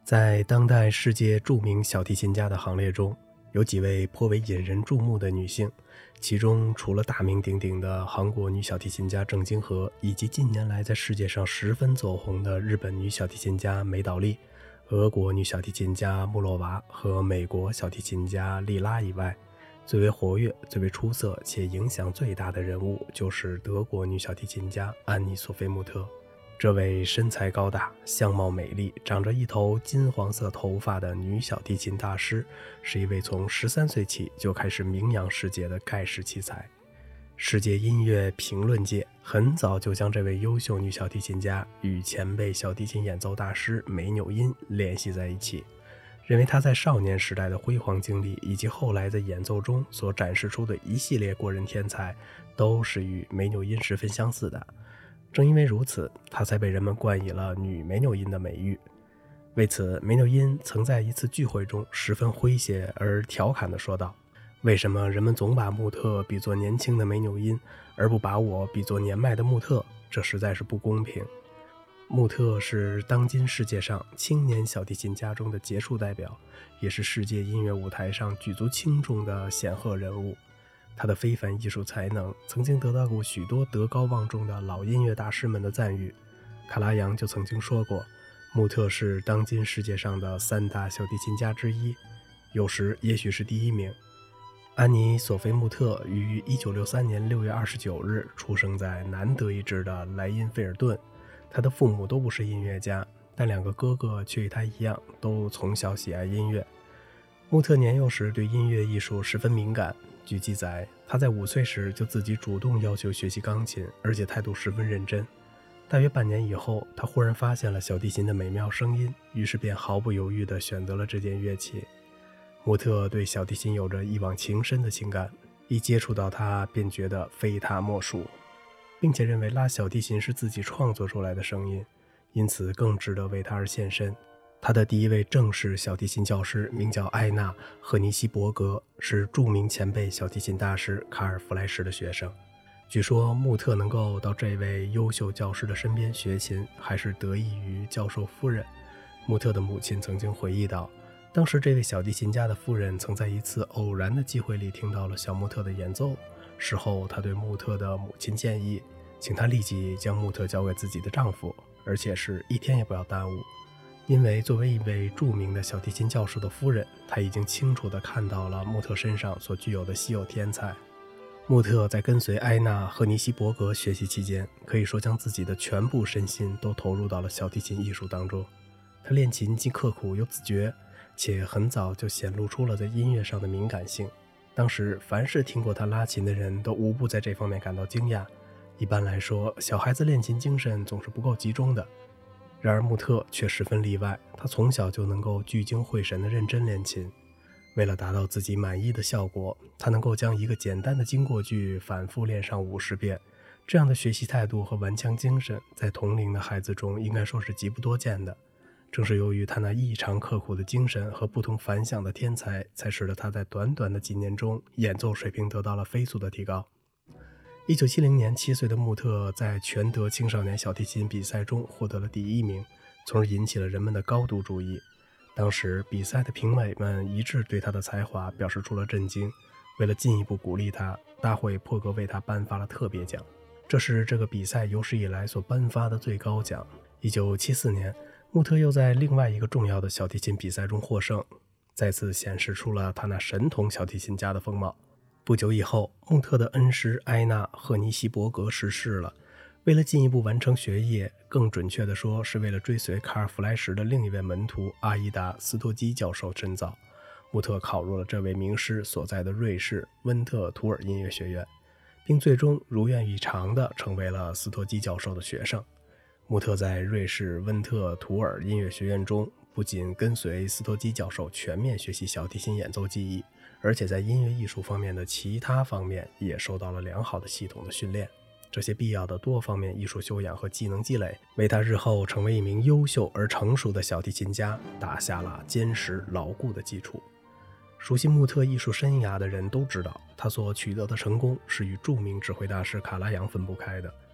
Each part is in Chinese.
在当代世界著名小提琴家的行列中，有几位颇为引人注目的女性，其中除了大名鼎鼎的韩国女小提琴家郑京和，以及近年来在世界上十分走红的日本女小提琴家美岛丽、俄国女小提琴家穆洛娃和美国小提琴家莉拉以外，最为活跃、最为出色且影响最大的人物就是德国女小提琴家安妮·索菲穆特。这位身材高大、相貌美丽、长着一头金黄色头发的女小提琴大师，是一位从13岁起就开始名扬世界的盖世奇才。世界音乐评论界很早就将这位优秀女小提琴家与前辈小提琴演奏大师梅纽因联系在一起，认为她在少年时代的辉煌经历以及后来在演奏中所展示出的一系列过人天才，都是与梅纽因十分相似的。正因为如此，她才被人们冠以了女梅纽因的美誉。为此，梅纽因曾在一次聚会中十分诙谐而调侃地说道：为什么人们总把穆特比作年轻的梅纽因，而不把我比作年迈的穆特？这实在是不公平。穆特是当今世界上青年小提琴家中的杰出代表，也是世界音乐舞台上举足轻重的显赫人物。他的非凡艺术才能曾经得到过许多德高望重的老音乐大师们的赞誉。卡拉扬就曾经说过，穆特是当今世界上的3大小提琴家之一，有时也许是第1名。安妮·索菲穆特于1963年6月29日出生在南德意志的莱茵菲尔顿，他的父母都不是音乐家，但2个哥哥却与他一样，都从小喜爱音乐。穆特年幼时对音乐艺术十分敏感，据记载，他在5岁时就自己主动要求学习钢琴，而且态度十分认真。大约半年以后，他忽然发现了小提琴的美妙声音，于是便毫不犹豫地选择了这件乐器。穆特对小提琴有着一往情深的情感，一接触到它便觉得非他莫属，并且认为拉小提琴是自己创作出来的声音，因此更值得为他而献身。他的第1位正式小提琴教师名叫埃纳·赫尼西伯格，是著名前辈小提琴大师卡尔·弗莱什的学生。据说穆特能够到这位优秀教师的身边学琴，还是得益于教授夫人。穆特的母亲曾经回忆道，当时这位小提琴家的夫人曾在一次偶然的机会里听到了小穆特的演奏，事后她对穆特的母亲建议，请他立即将穆特交给自己的丈夫，而且是1天也不要耽误。因为作为一位著名的小提琴教授的夫人，她已经清楚地看到了穆特身上所具有的稀有天才。穆特在跟随埃纳·赫尼西伯格学习期间，可以说将自己的全部身心都投入到了小提琴艺术当中。他练琴既刻苦又自觉，且很早就显露出了在音乐上的敏感性。当时凡是听过他拉琴的人都无不在这方面感到惊讶。一般来说，小孩子练琴精神总是不够集中的，然而穆特却十分例外，他从小就能够聚精会神地认真练琴。为了达到自己满意的效果，他能够将一个简单的经过句反复练上50遍。这样的学习态度和顽强精神，在同龄的孩子中应该说是极不多见的。正是由于他那异常刻苦的精神和不同凡响的天才，才使得他在短短的几年中演奏水平得到了飞速的提高。1970年7岁的穆特在全德青少年小提琴比赛中获得了第1名，从而引起了人们的高度注意。当时比赛的评委们一致对他的才华表示出了震惊，为了进一步鼓励他，大会破格为他颁发了特别奖，这是这个比赛有史以来所颁发的最高奖。1974年，穆特又在另外一个重要的小提琴比赛中获胜，再次显示出了他那神童小提琴家的风貌。不久以后，穆特的恩师埃纳·赫尼西伯格逝世了。为了进一步完成学业，更准确地说是为了追随卡尔·弗莱什的另一位门徒阿依达·斯托基教授深造，穆特考入了这位名师所在的瑞士温特图尔音乐学院，并最终如愿以偿地成为了斯托基教授的学生。穆特在瑞士温特图尔音乐学院中，不仅跟随斯托基教授全面学习小提琴演奏技艺，而且在音乐艺术方面的其他方面也受到了良好的系统的训练。这些必要的多方面艺术修养和技能积累，为他日后成为一名优秀而成熟的小提琴家打下了坚实牢固的基础。熟悉穆特艺术生涯的人都知道，他所取得的成功是与著名指挥大师卡拉扬分不开的。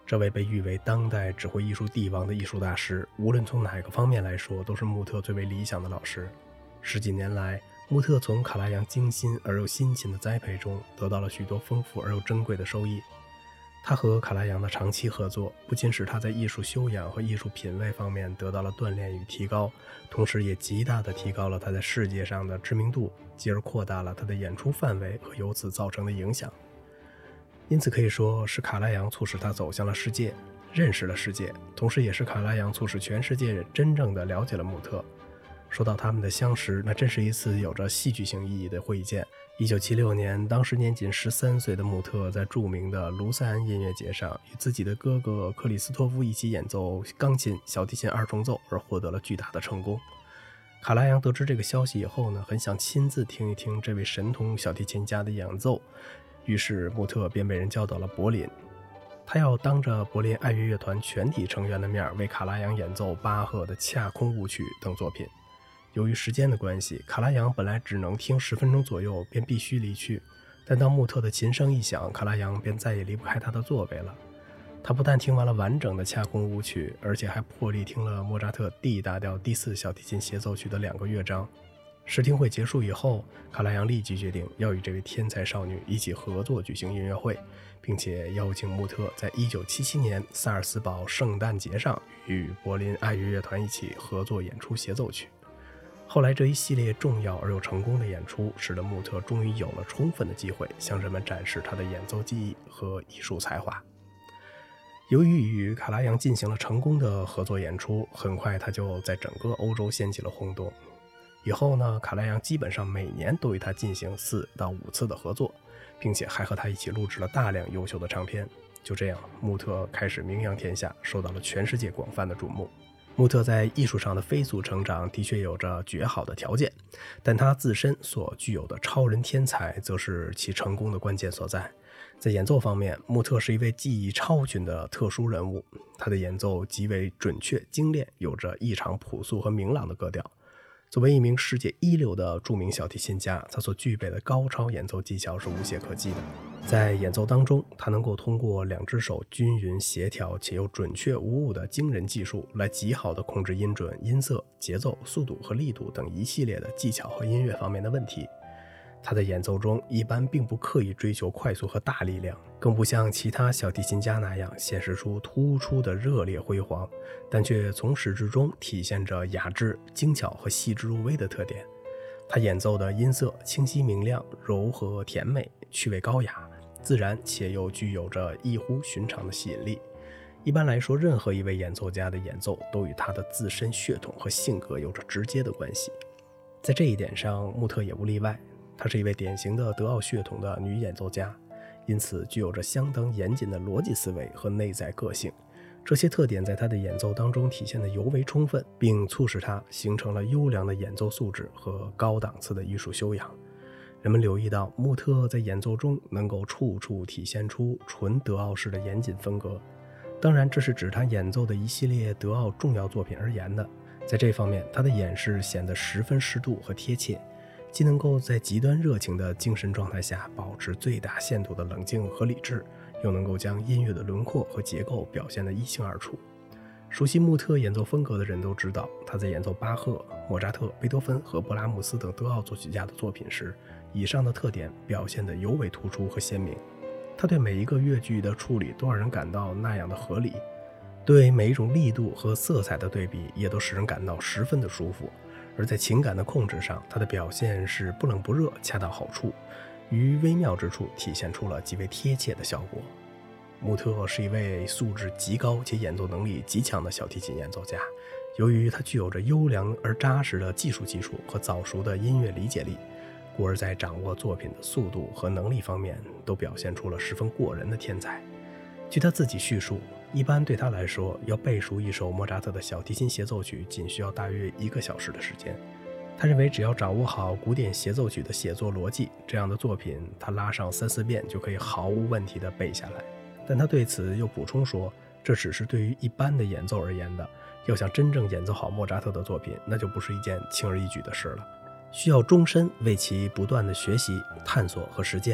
这位被誉为当代指挥艺术帝王的艺术大师，无论从哪个方面来说，都是穆特最为理想的老师。十几年来，穆特从卡拉扬精心而又辛勤的栽培中，得到了许多丰富而又珍贵的收益。他和卡拉扬的长期合作，不仅使他在艺术修养和艺术品味方面得到了锻炼与提高，同时也极大地提高了他在世界上的知名度，继而扩大了他的演出范围和由此造成的影响。因此可以说是卡拉扬促使他走向了世界，认识了世界，同时也是卡拉扬促使全世界人真正地了解了穆特。说到他们的相识，那真是一次有着戏剧性意义的会见。1976年，当时年仅13岁的穆特在著名的卢塞恩音乐节上，与自己的哥哥克里斯托夫一起演奏钢琴、小提琴二重奏，而获得了巨大的成功。卡拉扬得知这个消息以后呢，很想亲自听一听这位神童小提琴家的演奏，于是穆特便被人叫到了柏林。他要当着柏林爱乐乐团全体成员的面为卡拉扬演奏巴赫的《恰空舞曲》等作品。由于时间的关系，卡拉扬本来只能听10分钟左右便必须离去，但当穆特的琴声一响，卡拉扬便再也离不开他的座位了。他不但听完了完整的恰空舞曲，而且还破例听了莫扎特 D 大调第4小提琴协奏曲的2个乐章。试听会结束以后，卡拉扬立即决定要与这位天才少女一起合作举行音乐会，并且邀请穆特在1977年萨尔斯堡圣诞节上与柏林爱乐乐团一起合作演出协奏曲。后来这一系列重要而又成功的演出，使得穆特终于有了充分的机会向人们展示他的演奏技艺和艺术才华。由于与卡拉扬进行了成功的合作演出，很快他就在整个欧洲掀起了轰动。以后呢，卡拉扬基本上每年都与他进行4到5次的合作，并且还和他一起录制了大量优秀的唱片。就这样，穆特开始名扬天下，受到了全世界广泛的瞩目。穆特在艺术上的飞速成长的确有着绝好的条件，但他自身所具有的超人天才则是其成功的关键所在。在演奏方面，穆特是一位技艺超群的特殊人物，他的演奏极为准确精炼，有着异常朴素和明朗的格调。作为一名世界一流的著名小提琴家，他所具备的高超演奏技巧是无懈可击的。在演奏当中，他能够通过2只手均匀协调且又准确无误的惊人技术，来极好地控制音准、音色、节奏、速度和力度等一系列的技巧和音乐方面的问题。他的演奏中一般并不刻意追求快速和大力量，更不像其他小提琴家那样显示出突出的热烈辉煌，但却从始至终体现着雅致、精巧和细致入微的特点。他演奏的音色清晰明亮、柔和甜美，趣味高雅，自然且又具有着异乎寻常的吸引力。一般来说，任何一位演奏家的演奏都与他的自身血统和性格有着直接的关系。在这一点上，穆特也不例外。她是一位典型的德奥血统的女演奏家，因此具有着相当严谨的逻辑思维和内在个性。这些特点在她的演奏当中体现得尤为充分，并促使她形成了优良的演奏素质和高档次的艺术修养。人们留意到，穆特在演奏中能够处处体现出纯德奥式的严谨风格。当然，这是指他演奏的一系列德奥重要作品而言的。在这方面，他的演示显得十分适度和贴切，既能够在极端热情的精神状态下保持最大限度的冷静和理智，又能够将音乐的轮廓和结构表现得一清二楚。熟悉穆特演奏风格的人都知道，他在演奏巴赫、莫扎特、贝多芬和勃拉姆斯等德奥作曲家的作品时，以上的特点表现得尤为突出和鲜明。他对每一个乐句的处理都让人感到那样的合理，对每一种力度和色彩的对比也都使人感到十分的舒服。而在情感的控制上，他的表现是不冷不热，恰到好处，于微妙之处体现出了极为贴切的效果。穆特是一位素质极高且演奏能力极强的小提琴演奏家，由于他具有着优良而扎实的技术基础和早熟的音乐理解力，故而在掌握作品的速度和能力方面都表现出了十分过人的天才。据他自己叙述，一般对他来说，要背熟一首莫扎特的小提琴协奏曲仅需要大约1个小时的时间。他认为只要掌握好古典协奏曲的写作逻辑，这样的作品他拉上3-4遍就可以毫无问题地背下来。但他对此又补充说，这只是对于一般的演奏而言的，要想真正演奏好莫扎特的作品，那就不是一件轻而易举的事了，需要终身为其不断的学习、探索和实践。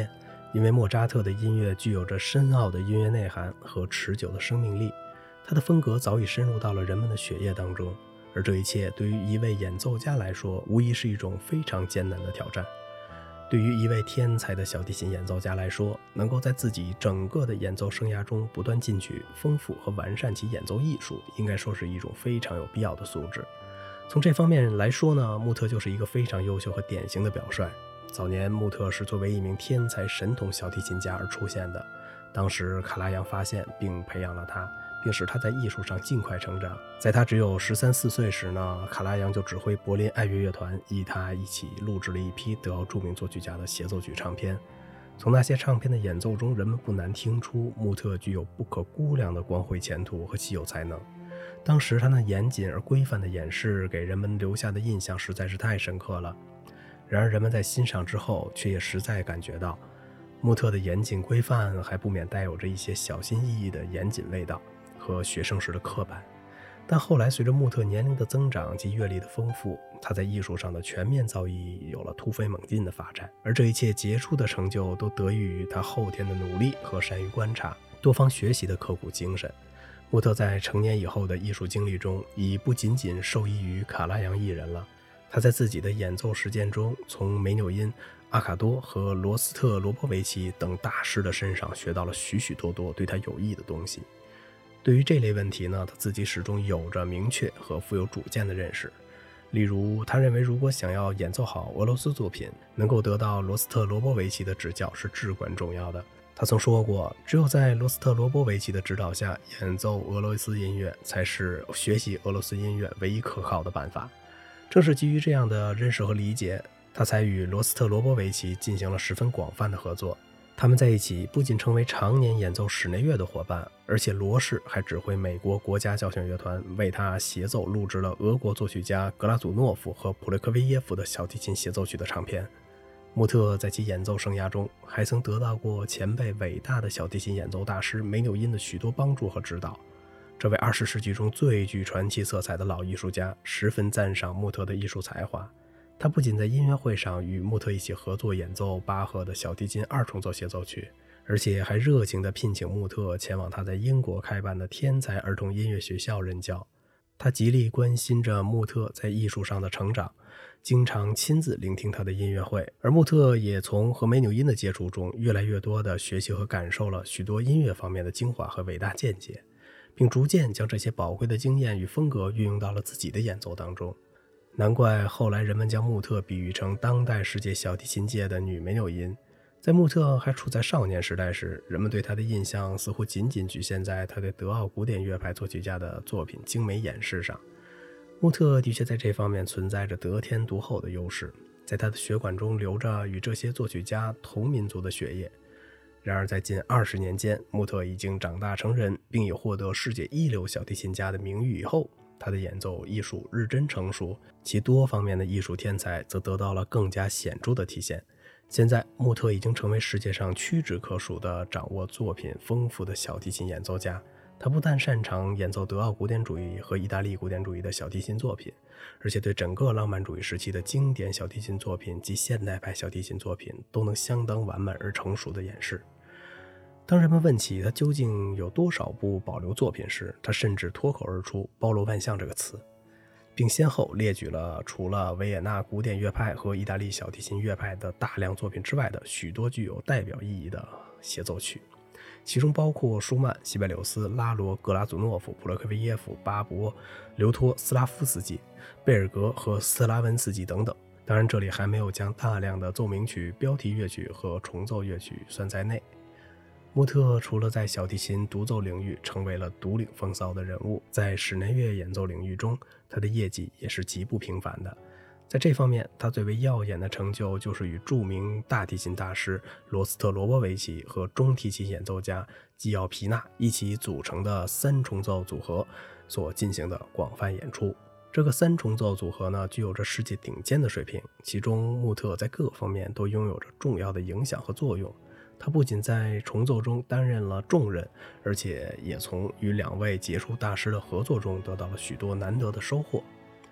因为莫扎特的音乐具有着深奥的音乐内涵和持久的生命力，他的风格早已深入到了人们的血液当中，而这一切对于一位演奏家来说，无疑是一种非常艰难的挑战。对于一位天才的小提琴演奏家来说，能够在自己整个的演奏生涯中不断进取、丰富和完善其演奏艺术，应该说是一种非常有必要的素质。从这方面来说呢，穆特就是一个非常优秀和典型的表率。早年穆特是作为一名天才神童小提琴家而出现的，当时卡拉扬发现并培养了他，并使他在艺术上尽快成长。在他只有13、14岁时呢，卡拉扬就指挥柏林爱乐乐团与他一起录制了一批德奥著名作曲家的协奏曲唱片。从那些唱片的演奏中，人们不难听出穆特具有不可估量的光辉前途和稀有才能。当时他那严谨而规范的演示给人们留下的印象实在是太深刻了。然而人们在欣赏之后，却也实在感觉到穆特的严谨规范还不免带有着一些小心翼翼的严谨味道和学生时的刻板。但后来随着穆特年龄的增长及阅历的丰富，他在艺术上的全面造诣有了突飞猛进的发展，而这一切杰出的成就都得益于他后天的努力和善于观察、多方学习的刻苦精神。穆特在成年以后的艺术经历中，已不仅仅受益于卡拉扬一人了。他在自己的演奏实践中，从梅纽因、阿卡多和罗斯特罗波维奇等大师的身上学到了许许多多对他有益的东西。对于这类问题呢，他自己始终有着明确和富有主见的认识。例如，他认为如果想要演奏好俄罗斯作品，能够得到罗斯特罗波维奇的指教是至关重要的。他曾说过，只有在罗斯特罗波维奇的指导下演奏俄罗斯音乐，才是学习俄罗斯音乐唯一可靠的办法。正是基于这样的认识和理解，他才与罗斯特罗波维奇进行了十分广泛的合作。他们在一起不仅成为常年演奏室内乐的伙伴，而且罗氏还指挥美国国家交响乐团为他协奏录制了俄国作曲家格拉祖诺夫和普列科维耶夫的小提琴协奏曲的唱片。穆特在其演奏生涯中还曾得到过前辈伟大的小提琴演奏大师梅纽因的许多帮助和指导。这位20世纪中最具传奇色彩的老艺术家十分赞赏穆特的艺术才华。他不仅在音乐会上与穆特一起合作演奏巴赫的小提琴二重奏协奏曲，而且还热情地聘请穆特前往他在英国开办的天才儿童音乐学校任教。他极力关心着穆特在艺术上的成长，经常亲自聆听他的音乐会，而穆特也从和梅纽因的接触中越来越多地学习和感受了许多音乐方面的精华和伟大见解，并逐渐将这些宝贵的经验与风格运用到了自己的演奏当中。难怪后来人们将穆特比喻成当代世界小提琴界的女梅纽因。在穆特还处在少年时代时，人们对他的印象似乎仅仅局限在他对德奥古典乐派作曲家的作品精美演示上。穆特的确在这方面存在着得天独厚的优势，在他的血管中流着与这些作曲家同民族的血液。然而在近20年间，穆特已经长大成人，并已获得世界一流小提琴家的名誉以后，他的演奏艺术日臻成熟，其多方面的艺术天才则得到了更加显著的体现。现在穆特已经成为世界上屈指可数的掌握作品丰富的小提琴演奏家。他不但擅长演奏德奥古典主义和意大利古典主义的小提琴作品，而且对整个浪漫主义时期的经典小提琴作品及现代派小提琴作品都能相当完满而成熟的演示。当人们问起他究竟有多少部保留作品时，他甚至脱口而出包罗万象这个词，并先后列举了除了维也纳古典乐派和意大利小提琴乐派的大量作品之外的许多具有代表意义的协奏曲，其中包括舒曼、西贝柳斯、拉罗、格拉祖诺夫、普罗科菲耶夫、巴伯、留托、斯拉夫斯基、贝尔格和斯拉文斯基等等。当然这里还没有将大量的奏鸣曲、标题乐曲和重奏乐曲算在内。穆特除了在小提琴独奏领域成为了独领风骚的人物，在室内乐演奏领域中，他的业绩也是极不平凡的。在这方面，他最为耀眼的成就就是与著名大提琴大师罗斯特罗波维奇和中提琴演奏家基奥皮纳一起组成的三重奏组合所进行的广泛演出。这个三重奏组合呢，具有着世界顶尖的水平，其中穆特在各方面都拥有着重要的影响和作用。他不仅在重奏中担任了重任，而且也从与2位杰出大师的合作中得到了许多难得的收获。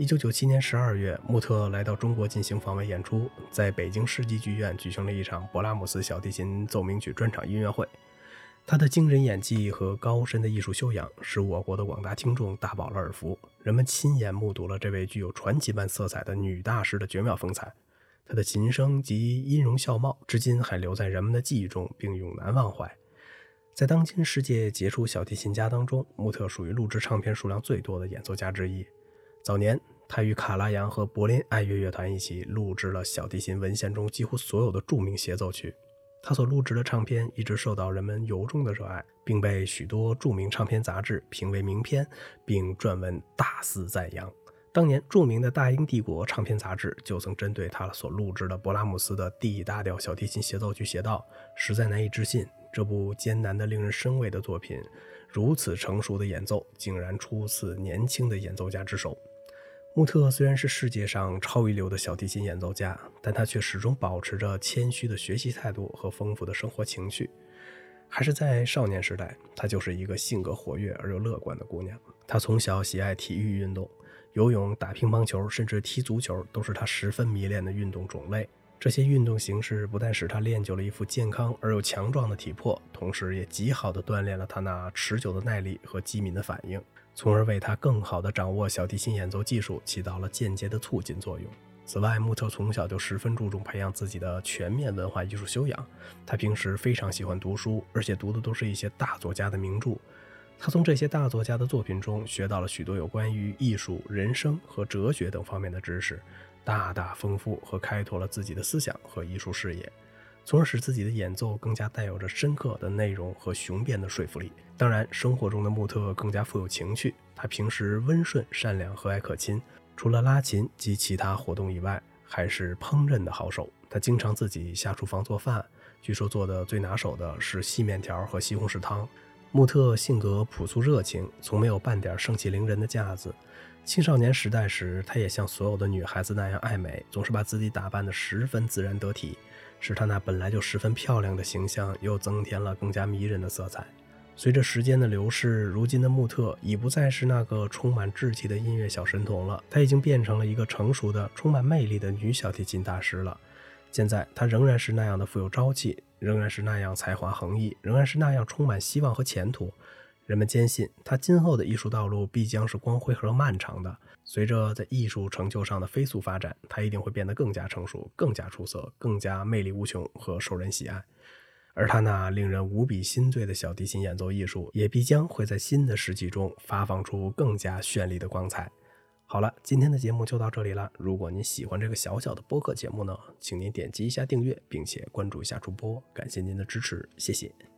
1997年12月，穆特来到中国进行访问演出，在北京世纪剧院举行了一场勃拉姆斯小提琴奏鸣曲专场音乐会。他的惊人演技和高深的艺术修养使我国的广大听众大饱了耳福，人们亲眼目睹了这位具有传奇般色彩的女大师的绝妙风采。她的琴声及音容笑貌至今还留在人们的记忆中，并永难忘怀。在当今世界杰出小提琴家当中，穆特属于录制唱片数量最多的演奏家之一。早年，他与卡拉扬和柏林爱乐乐团一起录制了小提琴文献中几乎所有的著名协奏曲。他所录制的唱片一直受到人们由衷的热爱，并被许多著名唱片杂志评为名片，并撰文大肆赞扬。当年著名的大英帝国唱片杂志就曾针对他所录制的勃拉姆斯的 D 大调小提琴协奏曲写道：实在难以置信，这部艰难的令人生畏的作品，如此成熟的演奏竟然出自年轻的演奏家之手。穆特虽然是世界上超一流的小提琴演奏家，但他却始终保持着谦虚的学习态度和丰富的生活情趣。还是在少年时代，她就是一个性格活跃而又乐观的姑娘。她从小喜爱体育运动，游泳、打乒乓球，甚至踢足球都是她十分迷恋的运动种类。这些运动形式不但使她练就了一副健康而又强壮的体魄，同时也极好地锻炼了她那持久的耐力和机敏的反应，从而为他更好地掌握小提琴演奏技术起到了间接的促进作用。此外，穆特从小就十分注重培养自己的全面文化艺术修养。他平时非常喜欢读书，而且读的都是一些大作家的名著。他从这些大作家的作品中学到了许多有关于艺术、人生和哲学等方面的知识，大大丰富和开拓了自己的思想和艺术视野，从而使自己的演奏更加带有着深刻的内容和雄辩的说服力。当然，生活中的穆特更加富有情趣，他平时温顺、善良、和蔼可亲，除了拉琴及其他活动以外，还是烹饪的好手。他经常自己下厨房做饭，据说做的最拿手的是细面条和西红柿汤。穆特性格朴素热情，从没有半点盛气凌人的架子。青少年时代时，他也像所有的女孩子那样爱美，总是把自己打扮得十分自然得体，使她那本来就十分漂亮的形象又增添了更加迷人的色彩。随着时间的流逝，如今的穆特已不再是那个充满稚气的音乐小神童了，她已经变成了一个成熟的、充满魅力的女小提琴大师了。现在她仍然是那样的富有朝气，仍然是那样才华横溢，仍然是那样充满希望和前途。人们坚信她今后的艺术道路必将是光辉和漫长的。随着在艺术成就上的飞速发展，她一定会变得更加成熟、更加出色、更加魅力无穷和受人喜爱。而他那令人无比心醉的小提琴演奏艺术，也必将会在新的世纪中发放出更加绚丽的光彩。好了，今天的节目就到这里了。如果您喜欢这个小小的播客节目呢，请您点击一下订阅，并且关注一下主播，感谢您的支持，谢谢。